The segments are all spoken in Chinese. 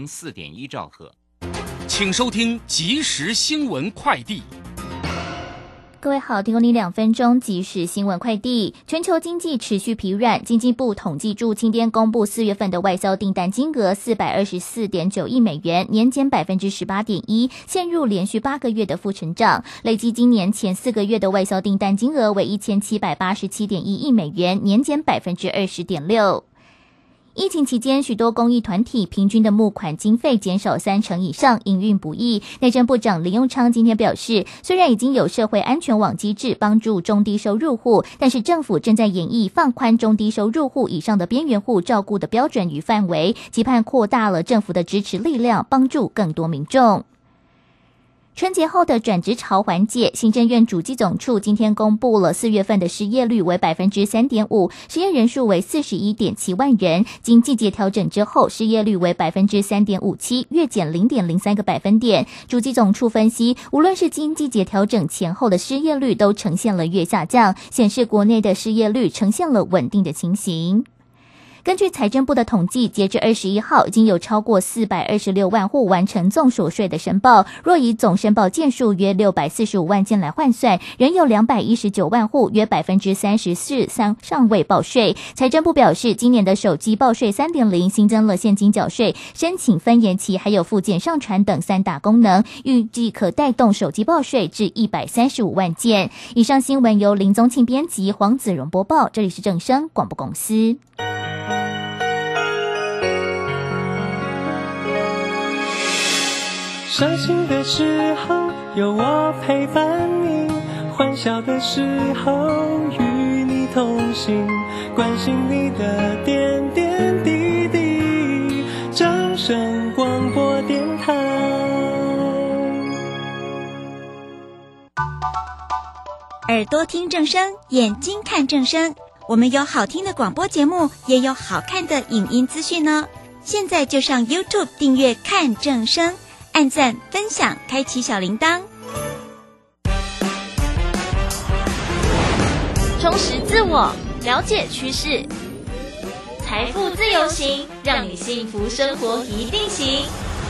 4.1兆赫。 请收听即时新闻快递。 各位好，提供您2分钟即时新闻快递。全球经济持续疲软，经济部统计处今天公布4月份的外销订单金额424.9亿美元，年减18.1%，陷入连续8个月的负成长。累计今年前4个月的外销订单金额为1787.1亿美元，年减20.6%。疫情期间，许多公益团体平均的募款经费减少30%以上，营运不易。内政部长林右昌今天表示，虽然已经有社会安全网机制帮助中低收入户，但是政府正在研议放宽中低收入户以上的边缘户照顾的标准与范围，期盼扩大了政府的支持力量，帮助更多民众。春节后的转职潮缓解，行政院主计总处今天公布了4月份的失业率为 3.5%， 失业人数为 41.7 万人，经季节调整之后，失业率为 3.57%， 月减 0.03 个百分点。主计总处分析，无论是经季节调整前后的失业率都呈现了月下降，显示国内的失业率呈现了稳定的情形。根据财政部的统计，截至21号，已经有超过426万户完成综所税的申报。若以总申报件数约645万件来换算，仍有219万户，约 34% 尚未报税。财政部表示，今年的手机报税 3.0 新增了现金缴税、申请分延期还有附件上传等3大功能，预计可带动手机报税至135万件。以上新闻由林宗庆编辑，黄子荣播报，这里是正声广播公司。 伤心的时候有我陪伴你，欢笑的时候与你同行，关心你的点点滴滴。正声广播电台。 耳朵听正声，眼睛看正声。我们有好听的广播节目，也有好看的影音资讯呢。现在就上 YouTube 订阅看正声，按赞分享，开启小铃铛。 充实自我，了解趋势，财富自由行，让你幸福生活一定行。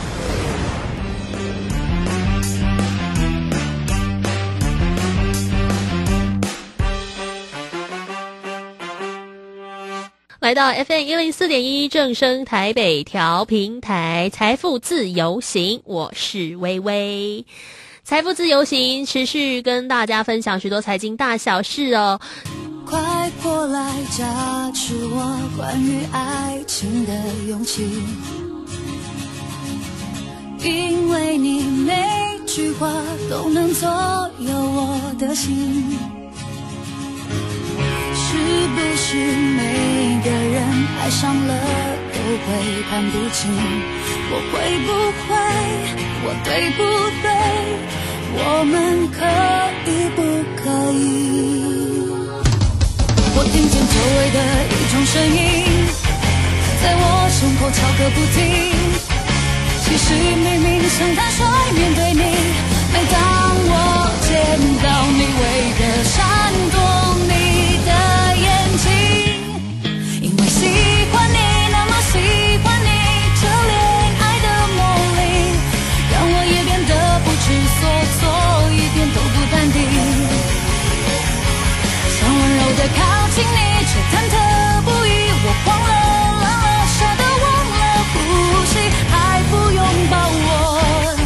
来到 FM104.1 正声台北调频台，财富自由行，我是微微。财富自由行持续跟大家分享许多财经大小事哦。 快过来加持我关于爱情的勇气，因为你每句话都能左右我的心。是不是每个人爱上了都会看不清？我会不会？我对不对？我们可以不可以？我听见周围的一种声音，在我胸口敲个不停。其实明明曾坦率面对你，每当我见到你，为何闪躲你的眼睛？因为喜欢你，那么喜欢你，这恋爱的魔力让我也变得不知所措，一点都不淡定。想温柔地靠近你，却忐忑不已。我慌了，乱了，傻得忘了呼吸，还不拥抱我。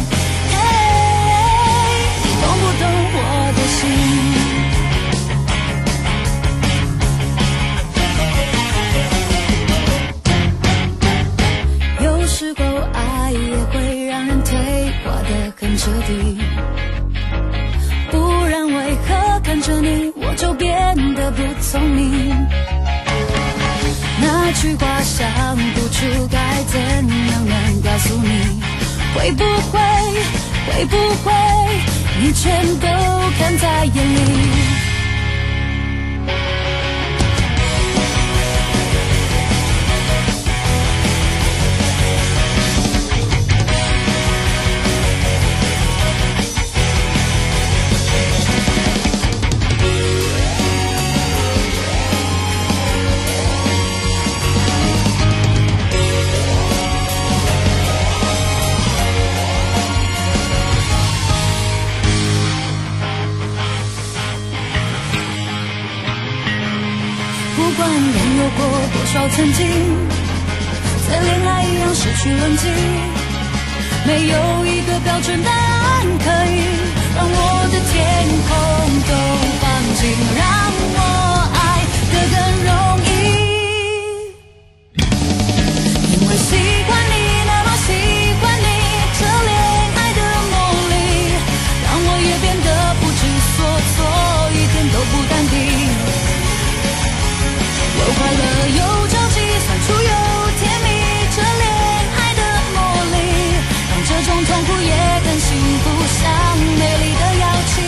你懂不懂我的心？有时候爱也会让人退化得很彻底，不然为何看着你我就变得不聪明？那句话想不出该怎样能告诉你，会不会你全都看在眼里？ 少曾经在恋爱一样失去冷静，没有一个标准答案可以让我的天空都放晴，让我爱得更容易。因为喜欢你，那么喜欢你，这恋爱的魔力让我也变得不知所措，一点都不淡定。有快乐有交集，酸楚有甜蜜，这恋爱的魔力让这种痛苦也更幸福，像美丽的邀请，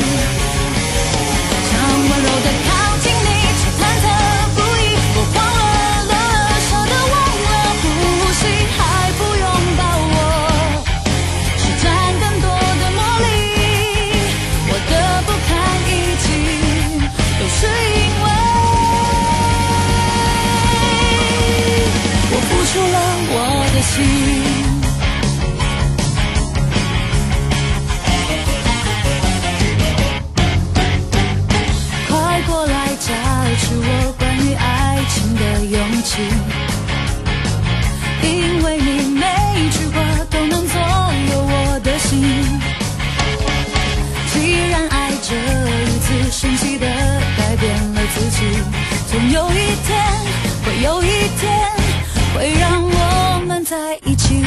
想温柔地靠近你，却忐忑不已。我慌了，乱了，舍得忘了，呼吸还不拥抱我，施展更多的魔力。我的不堪一击都是因为我付出了我的心。快过来加持我关于爱情的勇气，因为你每一句话都能左右我的心。既然爱这一次神奇的改变了自己，总有一天会有一天会让我们在一起。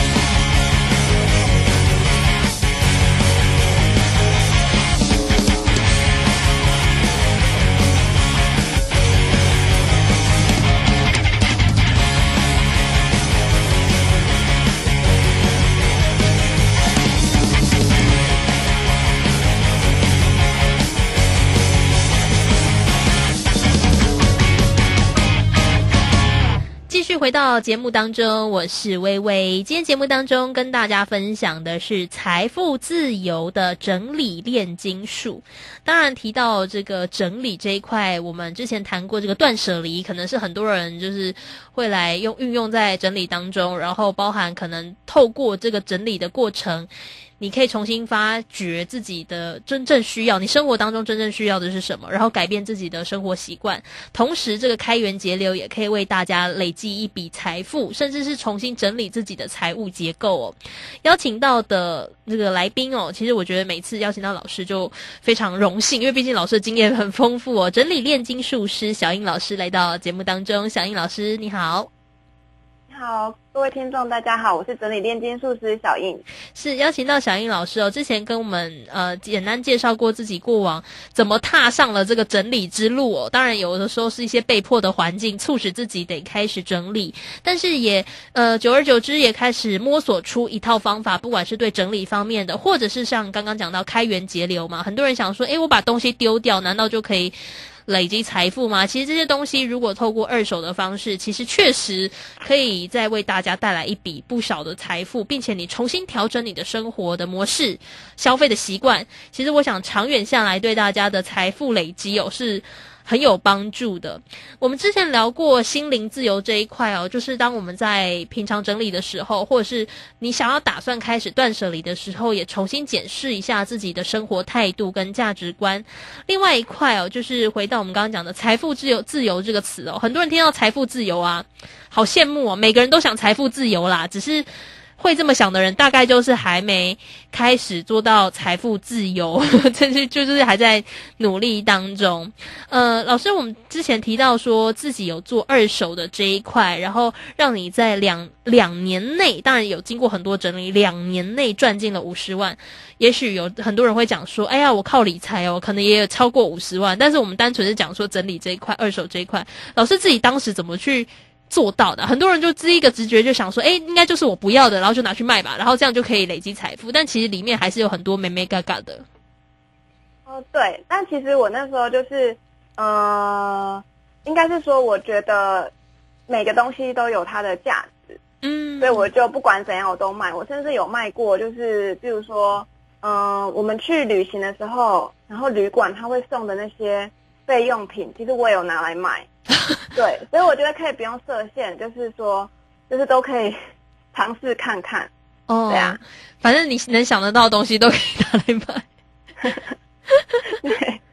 继续回到节目当中，我是薇薇。今天节目当中跟大家分享的是财富自由的整理炼金术。当然提到这个整理这一块，我们之前谈过这个断舍离，可能是很多人就是会来运用在整理当中，然后包含可能透过这个整理的过程，你可以重新发掘自己的真正需要，你生活当中真正需要的是什么，然后改变自己的生活习惯。同时这个开源节流也可以为大家累积一笔财富，甚至是重新整理自己的财务结构哦。邀请到的这个来宾哦，其实我觉得每次邀请到老师就非常荣幸，因为毕竟老师的经验很丰富哦。整理炼金术师小英老师来到节目当中，小英老师你好。 好，各位听众大家好，我是整理炼金术师小印。 是邀请到小英老师哦，之前跟我们简单介绍过自己过往怎么踏上了这个整理之路哦。当然有的时候是一些被迫的环境促使自己得开始整理，但是也久而久之也开始摸索出一套方法，不管是对整理方面的，或者是像刚刚讲到开源节流嘛，很多人想说我把东西丢掉难道就可以累积财富吗？其实这些东西如果透过二手的方式，其实确实可以再为大家带来一笔不小的财富，并且你重新调整你的生活的模式、消费的习惯，其实我想长远下来对大家的财富累积是很有帮助的。我们之前聊过心灵自由这一块哦，就是当我们在平常整理的时候，或者是你想要打算开始断舍离的时候，也重新检视一下自己的生活态度跟价值观。另外一块哦，就是回到我们刚刚讲的财富自由这个词哦，很多人听到财富自由啊，好羡慕哦，每个人都想财富自由啦，只是会这么想的人大概就是还没开始做到财富自由，就是还在努力当中。老师，我们之前提到说自己有做二手的这一块，然后让你在两年内，当然有经过很多整理，2年内赚进了50万。也许有很多人会讲说，哎呀，我靠理财哦，可能也有超过50万。但是我们单纯是讲说整理这一块，二手这一块，老师自己当时怎么去做到的？很多人就第一个直觉就想说，应该就是我不要的，然后就拿去卖吧，然后这样就可以累积财富。但其实里面还是有很多眉眉角角的。 对，但其实我那时候就是应该是说我觉得每个东西都有它的价值，所以我就不管怎样我都卖。我甚至有卖过，就是比如说我们去旅行的时候，然后旅馆他会送的那些备用品，其实我也有拿来卖。对，所以我觉得可以不用设限，就是说就是都可以尝试看看。对啊， 反正你能想得到的东西都可以拿来卖。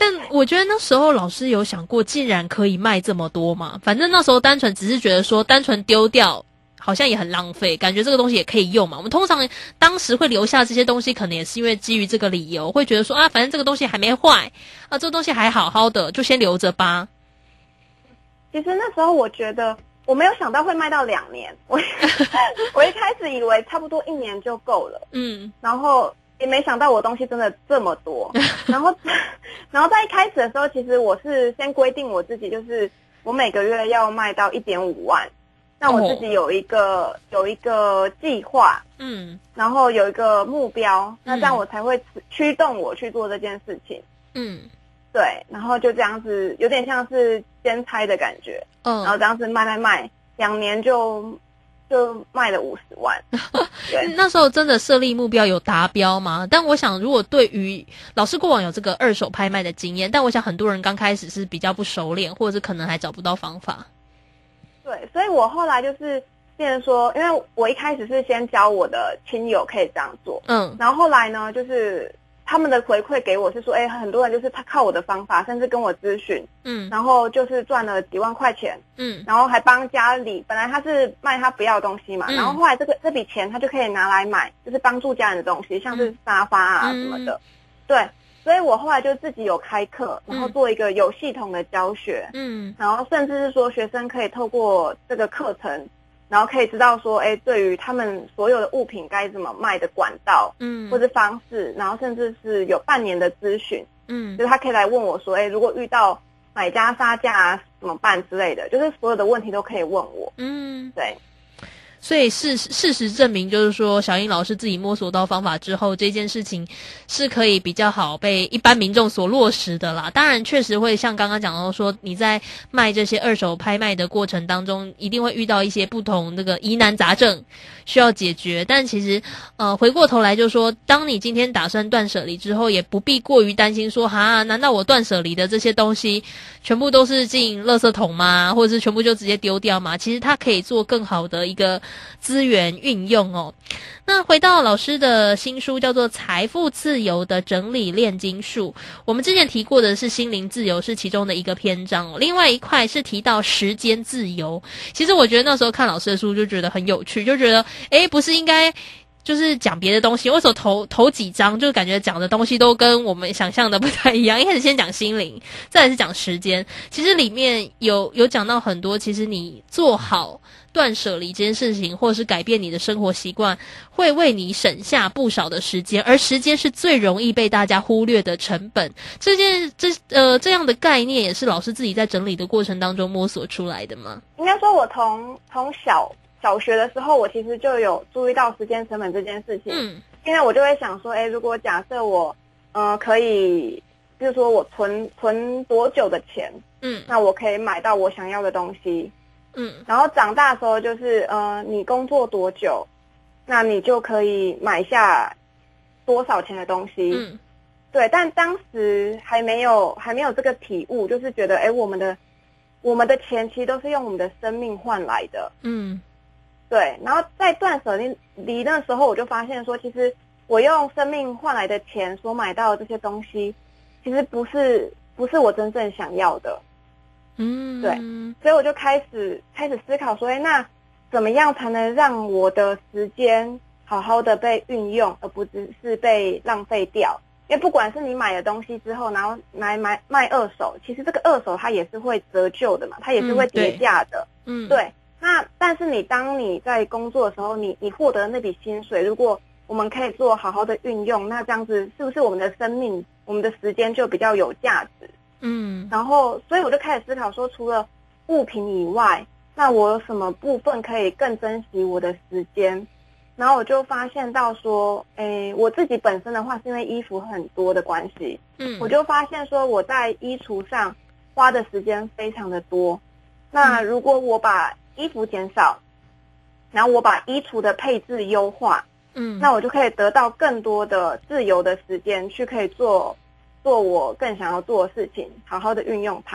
但我觉得那时候老师有想过，竟然可以卖这么多嘛？反正那时候单纯只是觉得说，单纯丢掉好像也很浪费，感觉这个东西也可以用嘛。我们通常当时会留下这些东西，可能也是因为基于这个理由，会觉得说啊，反正这个东西还没坏啊，这个东西还好好的，就先留着吧。 其实那时候我觉得我没有想到会卖到2年，我一开始以为差不多1年就够了，然后也没想到我东西真的这么多，然后在一开始的时候，其实我是先规定我自己，就是我每个月要卖到1.5万。那我自己有一个计划，然后有一个目标，那这样我才会驱动我去做这件事情，对，然后就这样子，有点像是兼差的感觉，然后这样子卖，2年就卖了50万。对， 那时候真的设立目标有达标吗？但我想，如果对于老师过往有这个二手拍卖的经验，但我想很多人刚开始是比较不熟练，或者是可能还找不到方法。 对，所以我后来就是变成说，因为我一开始是先教我的亲友可以这样做，然后后来呢，就是他们的回馈给我是说，很多人就是他靠我的方法，甚至跟我咨询，然后就是赚了几万块钱，然后还帮家里，本来他是卖他不要的东西嘛，然后后来这笔钱他就可以拿来买，就是帮助家人的东西，像是沙发啊什么的，对。所以我后来就自己有开课，然后做一个有系统的教学，然后甚至是说学生可以透过这个课程，然后可以知道说，对于他们所有的物品该怎么卖的管道，或者方式，然后甚至是有半年的咨询，就是他可以来问我说，如果遇到买家杀价啊怎么办之类的，就是所有的问题都可以问我，对。 所以事实证明，就是说小英老师自己摸索到方法之后，这件事情是可以比较好被一般民众所落实的啦。当然确实会像刚刚讲到说，你在卖这些二手拍卖的过程当中，一定会遇到一些不同那个疑难杂症需要解决。但其实回过头来就说，当你今天打算断舍离之后，也不必过于担心说，难道我断舍离的这些东西全部都是进垃圾桶吗？或者是全部就直接丢掉吗？其实它可以做更好的一个资源运用哦。那回到老师的新书叫做《财富自由的整理炼金术》，我们之前提过的是心灵自由是其中的一个篇章哦，另外一块是提到时间自由。其实我觉得那时候看老师的书就觉得很有趣，就觉得不是应该就是讲别的东西，为什么头几章就感觉讲的东西都跟我们想象的不太一样？一开始先讲心灵，再来是讲时间。其实里面有讲到很多，其实你做好断舍离这件事情，或者是改变你的生活习惯，会为你省下不少的时间，而时间是最容易被大家忽略的成本。这样的概念也是老师自己在整理的过程当中摸索出来的吗？ 应该说我从小学的时候，我其实就有注意到时间成本这件事情。因为我就会想说，如果假设我可以，比如说我存多久的钱，那我可以买到我想要的东西。然后长大的时候就是你工作多久，那你就可以买下多少钱的东西。对，但当时还没有这个体悟，就是觉得我们的钱其实都是用我们的生命换来的。对，然后在断舍离那时候，我就发现说，其实我用生命换来的钱所买到的这些东西，其实不是我真正想要的。对，所以我就开始思考说，那怎么样才能让我的时间好好的被运用，而不只是被浪费掉？因为不管是你买了东西之后，然后来卖二手，其实这个二手它也是会折旧的嘛，它也是会跌价的。对。那但是当你在工作的时候，你获得那笔薪水，如果我们可以做好好的运用，那这样子是不是我们的生命、我们的时间就比较有价值？然后所以我就开始思考说，除了物品以外，那我有什么部分可以更珍惜我的时间？然后我就发现到说，我自己本身的话是因为衣服很多的关系，我就发现说我在衣橱上花的时间非常的多。那如果我把衣服减少，然后我把衣橱的配置优化，那我就可以得到更多的自由的时间，去可以做我更想要做的事情，好好的运用它。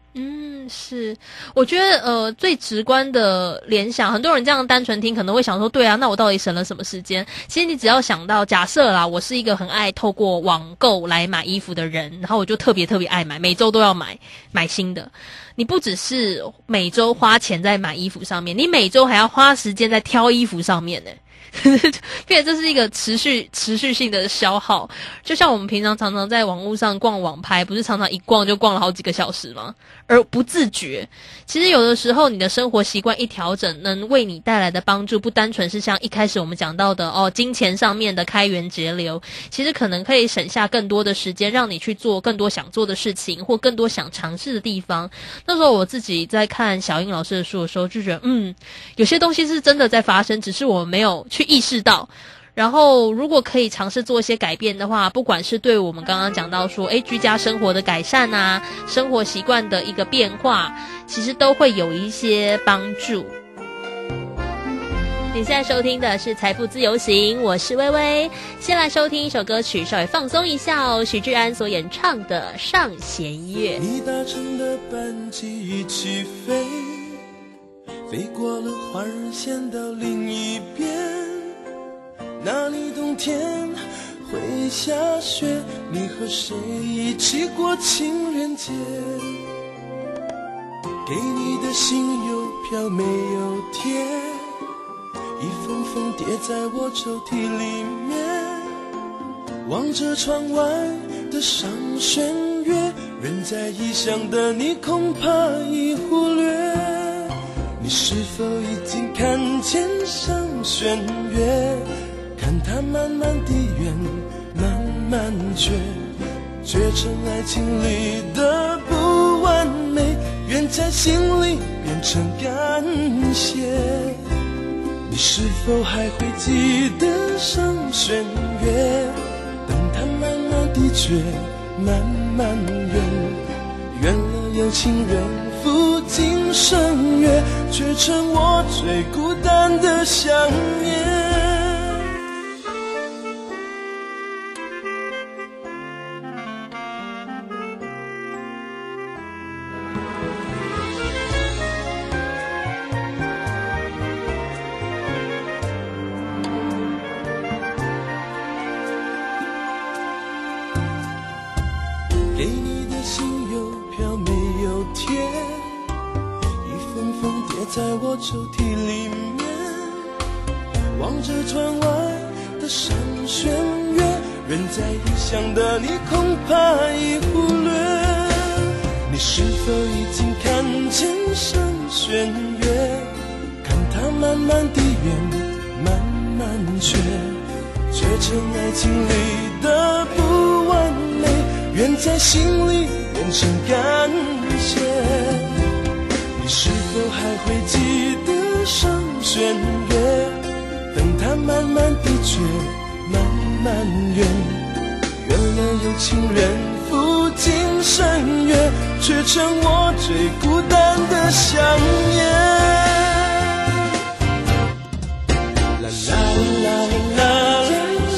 是，我觉得最直观的联想，很多人这样单纯听可能会想说，对啊，那我到底省了什么时间？其实你只要想到，假设啦，我是一个很爱透过网购来买衣服的人，然后我就特别爱买，每周都要买新的。你不只是每周花钱在买衣服上面，你每周还要花时间在挑衣服上面呢。因为这是一个持续性的消耗，就像我们平常常在网络上逛网拍，不是常常一逛就逛了好几个小时吗？而不自觉。其实有的时候你的生活习惯一调整，能为你带来的帮助不单纯是像一开始我们讲到的金钱上面的开源节流，其实可能可以省下更多的时间，让你去做更多想做的事情，或更多想尝试的地方。那时候我自己在看小英老师的书的时候，就觉得有些东西是真的在发生，只是我没有去意识到。然后如果可以尝试做一些改变的话，不管是对我们刚刚讲到说居家生活的改善啊，生活习惯的一个变化，其实都会有一些帮助。你现在收听的是财富自由行，我是薇薇。先来收听一首歌曲，稍微放松一下许志安所演唱的上弦月。 你搭乘的班机一起飞，飞过了花儿线到另一边，那里冬天会下雪，你和谁一起过情人节？给你的信邮票没有贴，一封封叠在我抽屉里面，望着窗外的上弦月，人在异乡的你恐怕已忽略，你是否已经看见上弦月？看它慢慢地圆，慢慢缺成爱情里的不完美，愿在心里变成感谢。你是否还会记得上弦月？等它慢慢地缺，慢慢圆了有情人赴今生约，却成我最孤单的想念。给你的信邮票没有贴，一封封叠在我抽屉里面，望着窗外的上弦月，人在异乡的你恐怕已忽略，你是否已经看见上弦月？看它慢慢地圆，慢慢缺成爱情里的不完美，愿在心里变成感谢。你是否还会记得上弦月？等它慢慢地缺，慢慢圆了有情人赴今生约，却成我最孤单的想念。啦啦啦啦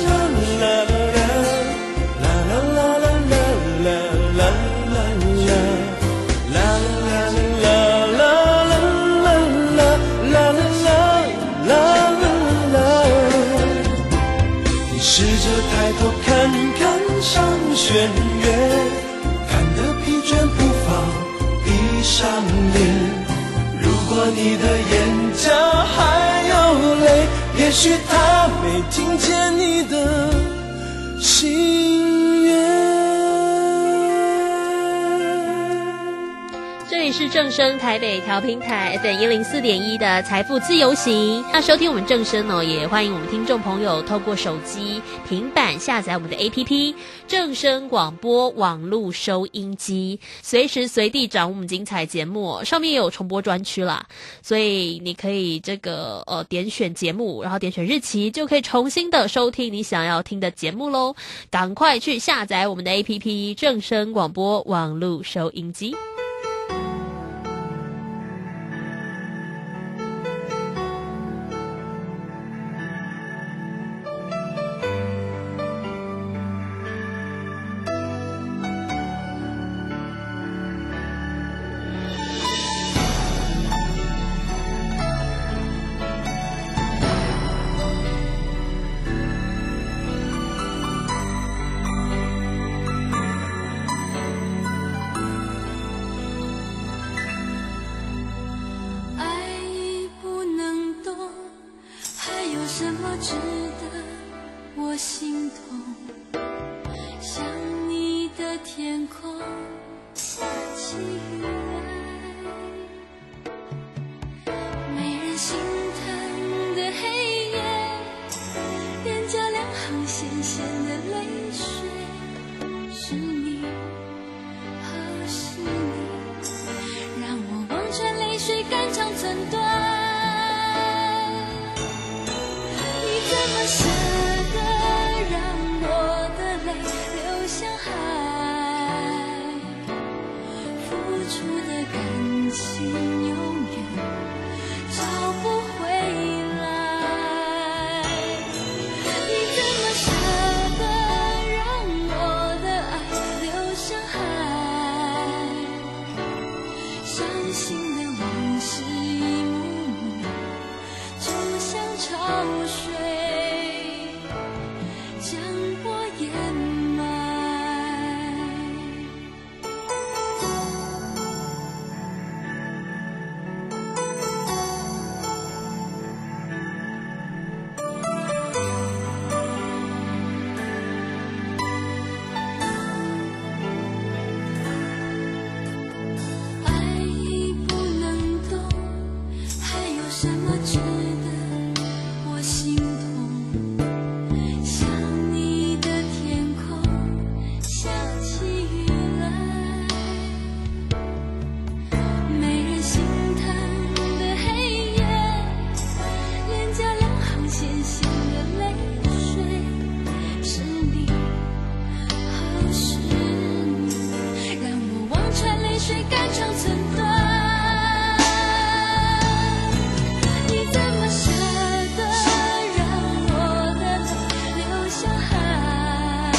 上弦月，看得疲倦不妨闭上眼，如果你的眼角还有泪，也许他没听见你的心愿。 这里是正声台北调频台 FM104.1 的财富自由行。那收听我们正声也欢迎我们听众朋友透过手机、平板下载我们的 APP 正声广播网络收音机，随时随地掌握我们精彩节目，上面也有重播专区啦，所以你可以点选节目，然后点选日期，就可以重新的收听你想要听的节目咯。赶快去下载我们的 APP 正声广播网络收音机。 什么值得我心痛？像你的天空下起雨来，没人心疼的黑夜，脸颊两行咸咸的泪水，是你，哦，是你，让我望穿泪水肝肠寸断。你怎么舍得让我的泪流向海？付出的感情永远找不回来。你怎么舍得让我的爱流向海？伤心的往事一幕幕，就像潮水将我淹埋。爱已不能动，还有什么值得我心痛？像你的天空下起雨来，没人心疼的黑夜，脸颊两行咸咸的泪水，是你，哦，是你，让我望穿泪水肝肠寸断。你怎么舍得让我的泪流向海？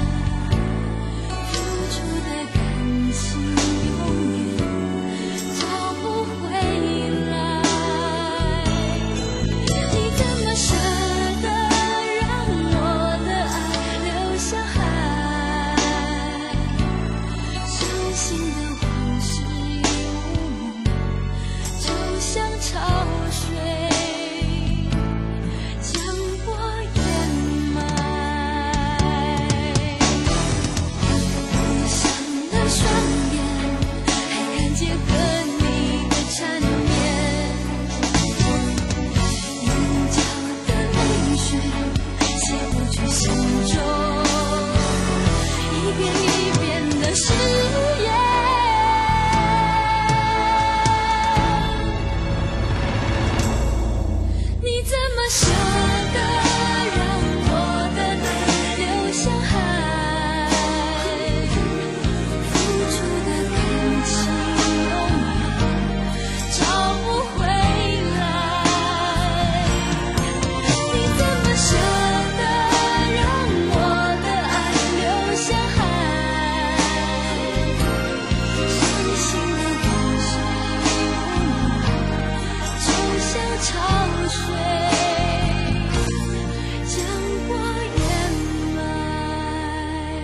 付出的感情永远找不回来。你怎么舍得让我的爱流向海？伤心的往事一幕幕，就像潮水将我淹埋。闭上了双眼，还看见和你的缠绵，眼角的泪水写不去心中一遍一遍的誓言。你怎么舍得让我的泪流向海？付出的感情永远找不回来。你怎么舍得让我的爱流向海？伤心的往事一幕幕，就像潮水将我淹埋。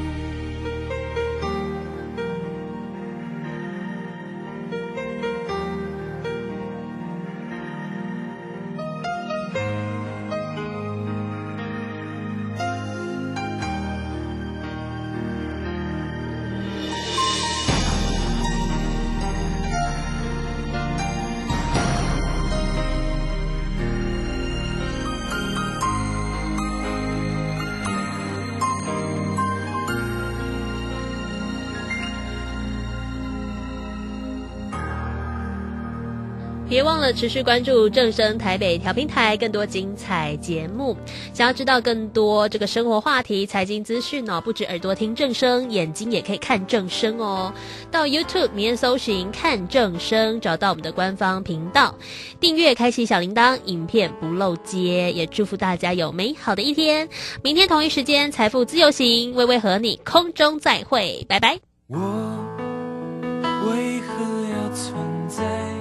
别忘了持续关注正声台北调频台更多精彩节目。想要知道更多这个生活话题、财经资讯哦，不止耳朵听正声，眼睛也可以看正声哦。到 YouTube 里面搜寻看正声，找到我们的官方频道，订阅开启小铃铛，影片不漏接。也祝福大家有美好的一天。明天同一时间财富自由行，微微和你空中再会，拜拜。 我为何要存在？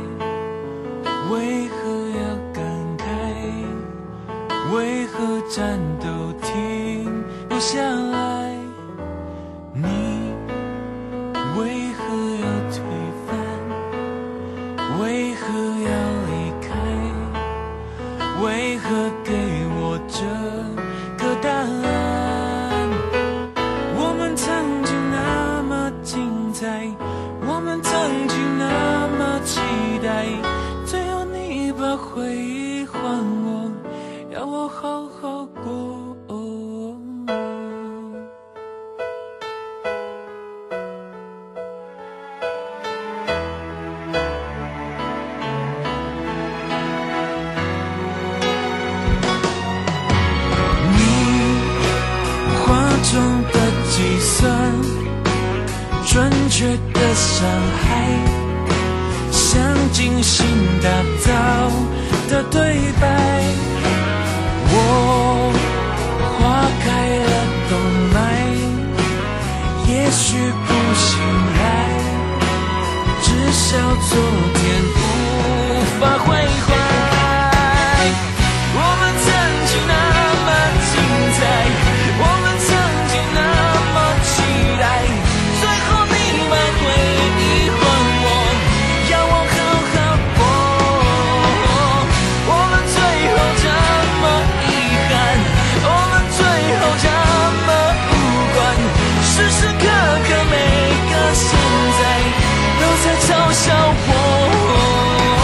为何要感慨？为何战斗停不下来？你为何要推翻？为何要离开？为何给我好好过。中的计算，准确的伤害，像精心打造的对白。我划开了动脉，也许不醒来，至少昨天无法毁坏。我们曾经那么精彩，我们曾经那么期待，最后你把回忆还我，要我好好过。我们最后这么遗憾，我们最后这么无关，时时刻刻每个现在都在嘲笑我。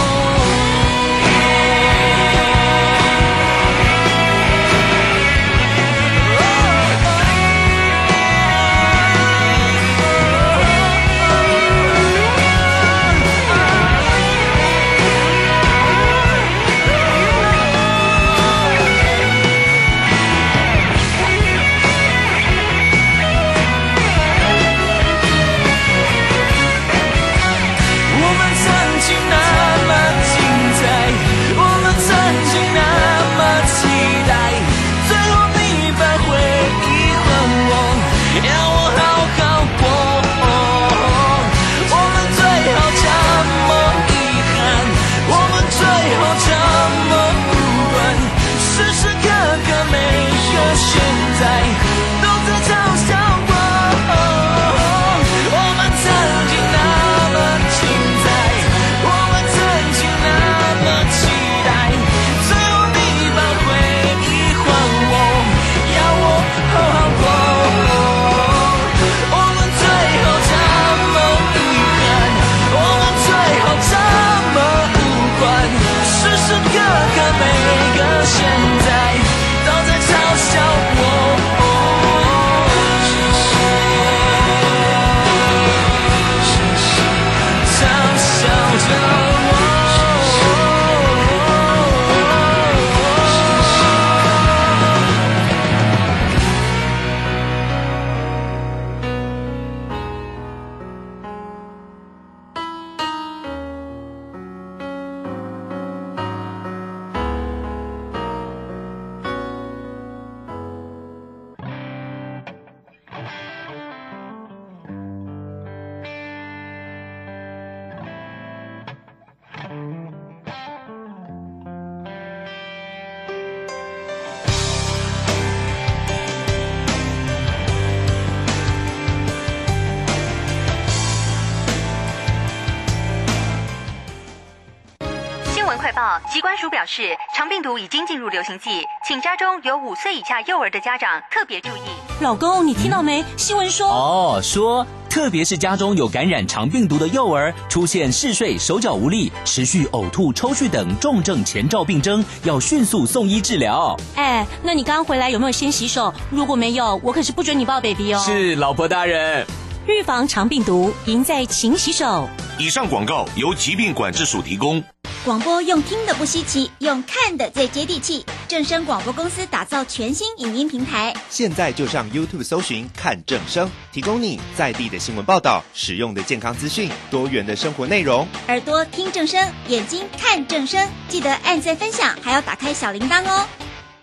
快报，疾管署表示，肠病毒已经进入流行季，请家中有5岁以下幼儿的家长特别注意。 老公，你听到没？新闻说说特别是家中有感染肠病毒的幼儿，出现嗜睡、手脚无力、持续呕吐、抽搐等重症前兆病征，要迅速送医治疗。 那你刚回来有没有先洗手？如果没有，我可是不准你抱 baby 哦。 是，老婆大人。 预防肠病毒，赢在勤洗手。 以上广告由疾病管制署提供。 广播用听的不稀奇，用看的最接地气。正声广播公司打造全新影音平台， 现在就上 YouTube 搜寻看正声，提供你在地的新闻报道、实用的健康资讯、多元的生活内容。 耳朵听正声，眼睛看正声，记得按赞分享，还要打开小铃铛哦。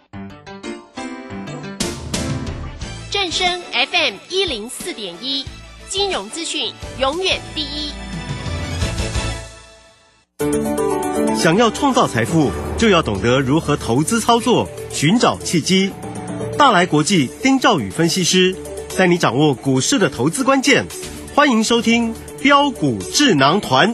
正声 FM 104.1，金融资讯永远第一。 想要创造财富，就要懂得如何投资操作，寻找契机。大来国际丁兆宇分析师带你掌握股市的投资关键。欢迎收听标股智囊团。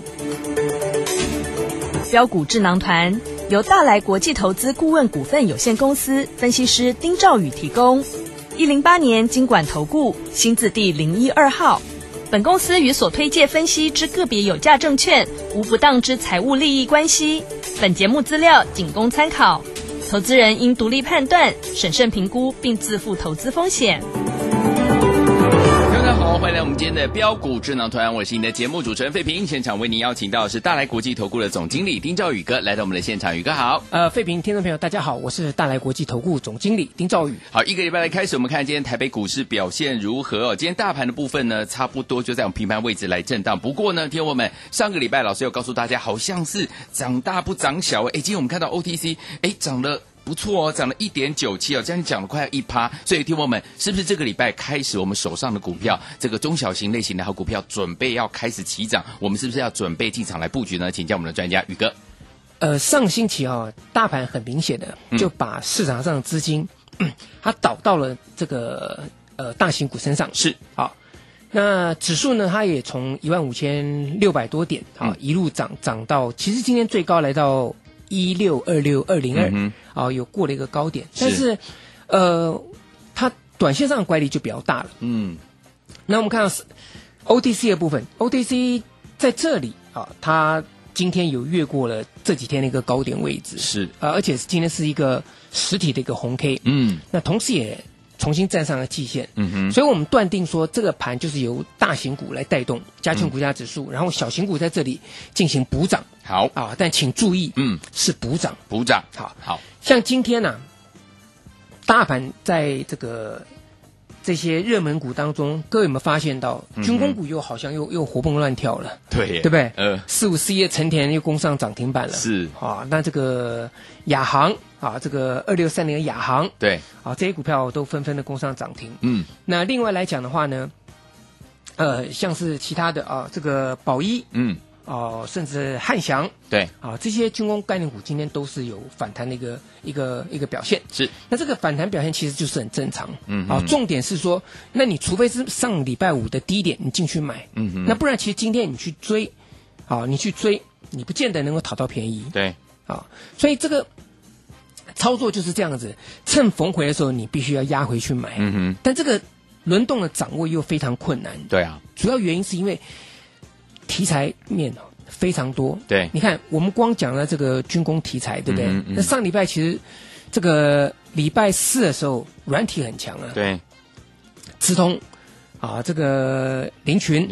标股智囊团由大来国际投资顾问股份有限公司分析师丁兆宇提供。108年金管投顾新字第012号。本公司与所推介分析之个别有价证券无不当之财务利益关系。本节目资料仅供参考， 投资人应独立判断、审慎评估，并自负投资风险。 大家好，欢迎来我们今天的标股智囊团，我是你的节目主持人费平。现场为您邀请到的是大来国际投顾的总经理丁兆宇哥来到我们的现场，宇哥好。 费平听众朋友大家好，我是大来国际投顾总经理丁兆宇。 好，一个礼拜来开始，我们看今天台北股市表现如何哦？今天大盘的部分呢，差不多就在我们平盘位置来震荡。不过呢，听众们，上个礼拜老师有告诉大家，好像是涨大不涨小。今天我们看到 OTC， 涨了。不错哦，涨了 1.97 哦，这样讲了快要1%，所以听我们是不是这个礼拜开始，我们手上的股票，这个中小型类型的好股票准备要开始起涨，我们是不是要准备进场来布局呢？请教我们的专家宇哥。 上星期大盘很明显的就把市场上的资金，它导到了这个大型股身上，是好。那指数呢，它也从15600多点一路涨到，其实今天最高来到1626202，有过了一个高点，但是它短线上的乖离就比较大了。那我们看到 OTC 的部分 ，OTC 在这里它今天有越过了这几天的一个高点位置，是而且今天是一个实体的一个红 K，那同时也重新站上了季线，所以我们断定说这个盘就是由大型股来带动加权股价指数，然后小型股在这里进行补涨。好但请注意，是补涨，好像今天呢，大盘在这些热门股当中，各位有没有发现到，军工股又好像又活蹦乱跳了？对不对？4541成田又攻上涨停板了，是那这个亚航这个2630的亚航，对这些股票都纷纷的攻上涨停。那另外来讲的话呢，像是其他的这个宝一，甚至汉翔，对这些军工概念股今天都是有反弹的一个表现。是，那这个反弹表现其实就是很正常。重点是说，那你除非是上礼拜五的低点你进去买，那不然其实今天你去追，你不见得能够讨到便宜。对，所以这个操作就是这样子，趁逢回的时候你必须要压回去买。但这个轮动的掌握又非常困难。对啊，主要原因是因为题材面非常多。对，你看我们光讲了这个军工题材，对不对？那上礼拜其实这个礼拜四的时候软体很强了。对，资通这个凌群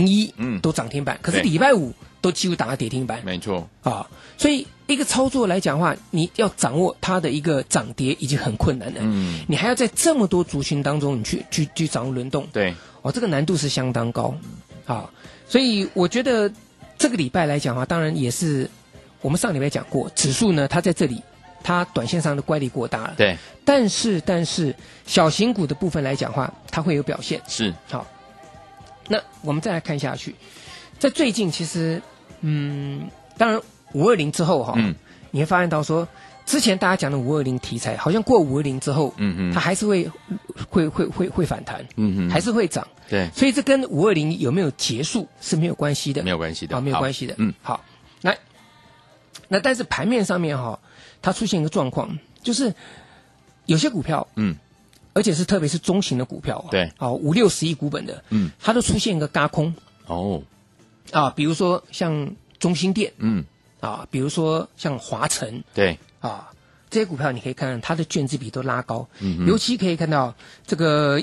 01都涨停板，可是礼拜五都几乎打到跌停板。没错所以一个操作来讲的话，你要掌握它的一个涨跌已经很困难了。你还要在这么多族群当中，你去掌握轮动。对，这个难度是相当高。所以我觉得这个礼拜来讲的话，当然也是我们上礼拜讲过，指数呢它在这里它短线上的乖离过大了。对，但是小型股的部分来讲的话，它会有表现。是好，那我们再来看下去，在最近其实当然520之后你会发现到说，之前大家讲的520题材，好像过520之后，它还是会反弹，还是会涨。对，所以这跟520有没有结束是没有关系的，没有关系的，没有关系的。好，那但是盘面上面它出现一个状况，就是有些股票，而且是特别是中型的股票，对，5-60亿股本的，它都出现一个軋空。比如说像中兴电，比如说像华城，对，这些股票你可以看到它的券资比都拉高，尤其可以看到这个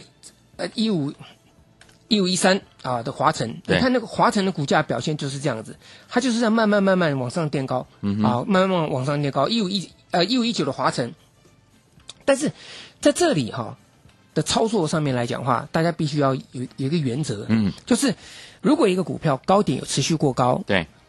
1513的华城，你看那个华城的股价表现就是这样子，它就是在慢慢往上垫高，慢慢往上垫高。1519的华城，但是在这里的操作上面来讲的话，大家必须要有一个原则，就是如果一个股票高点有持续过高，对，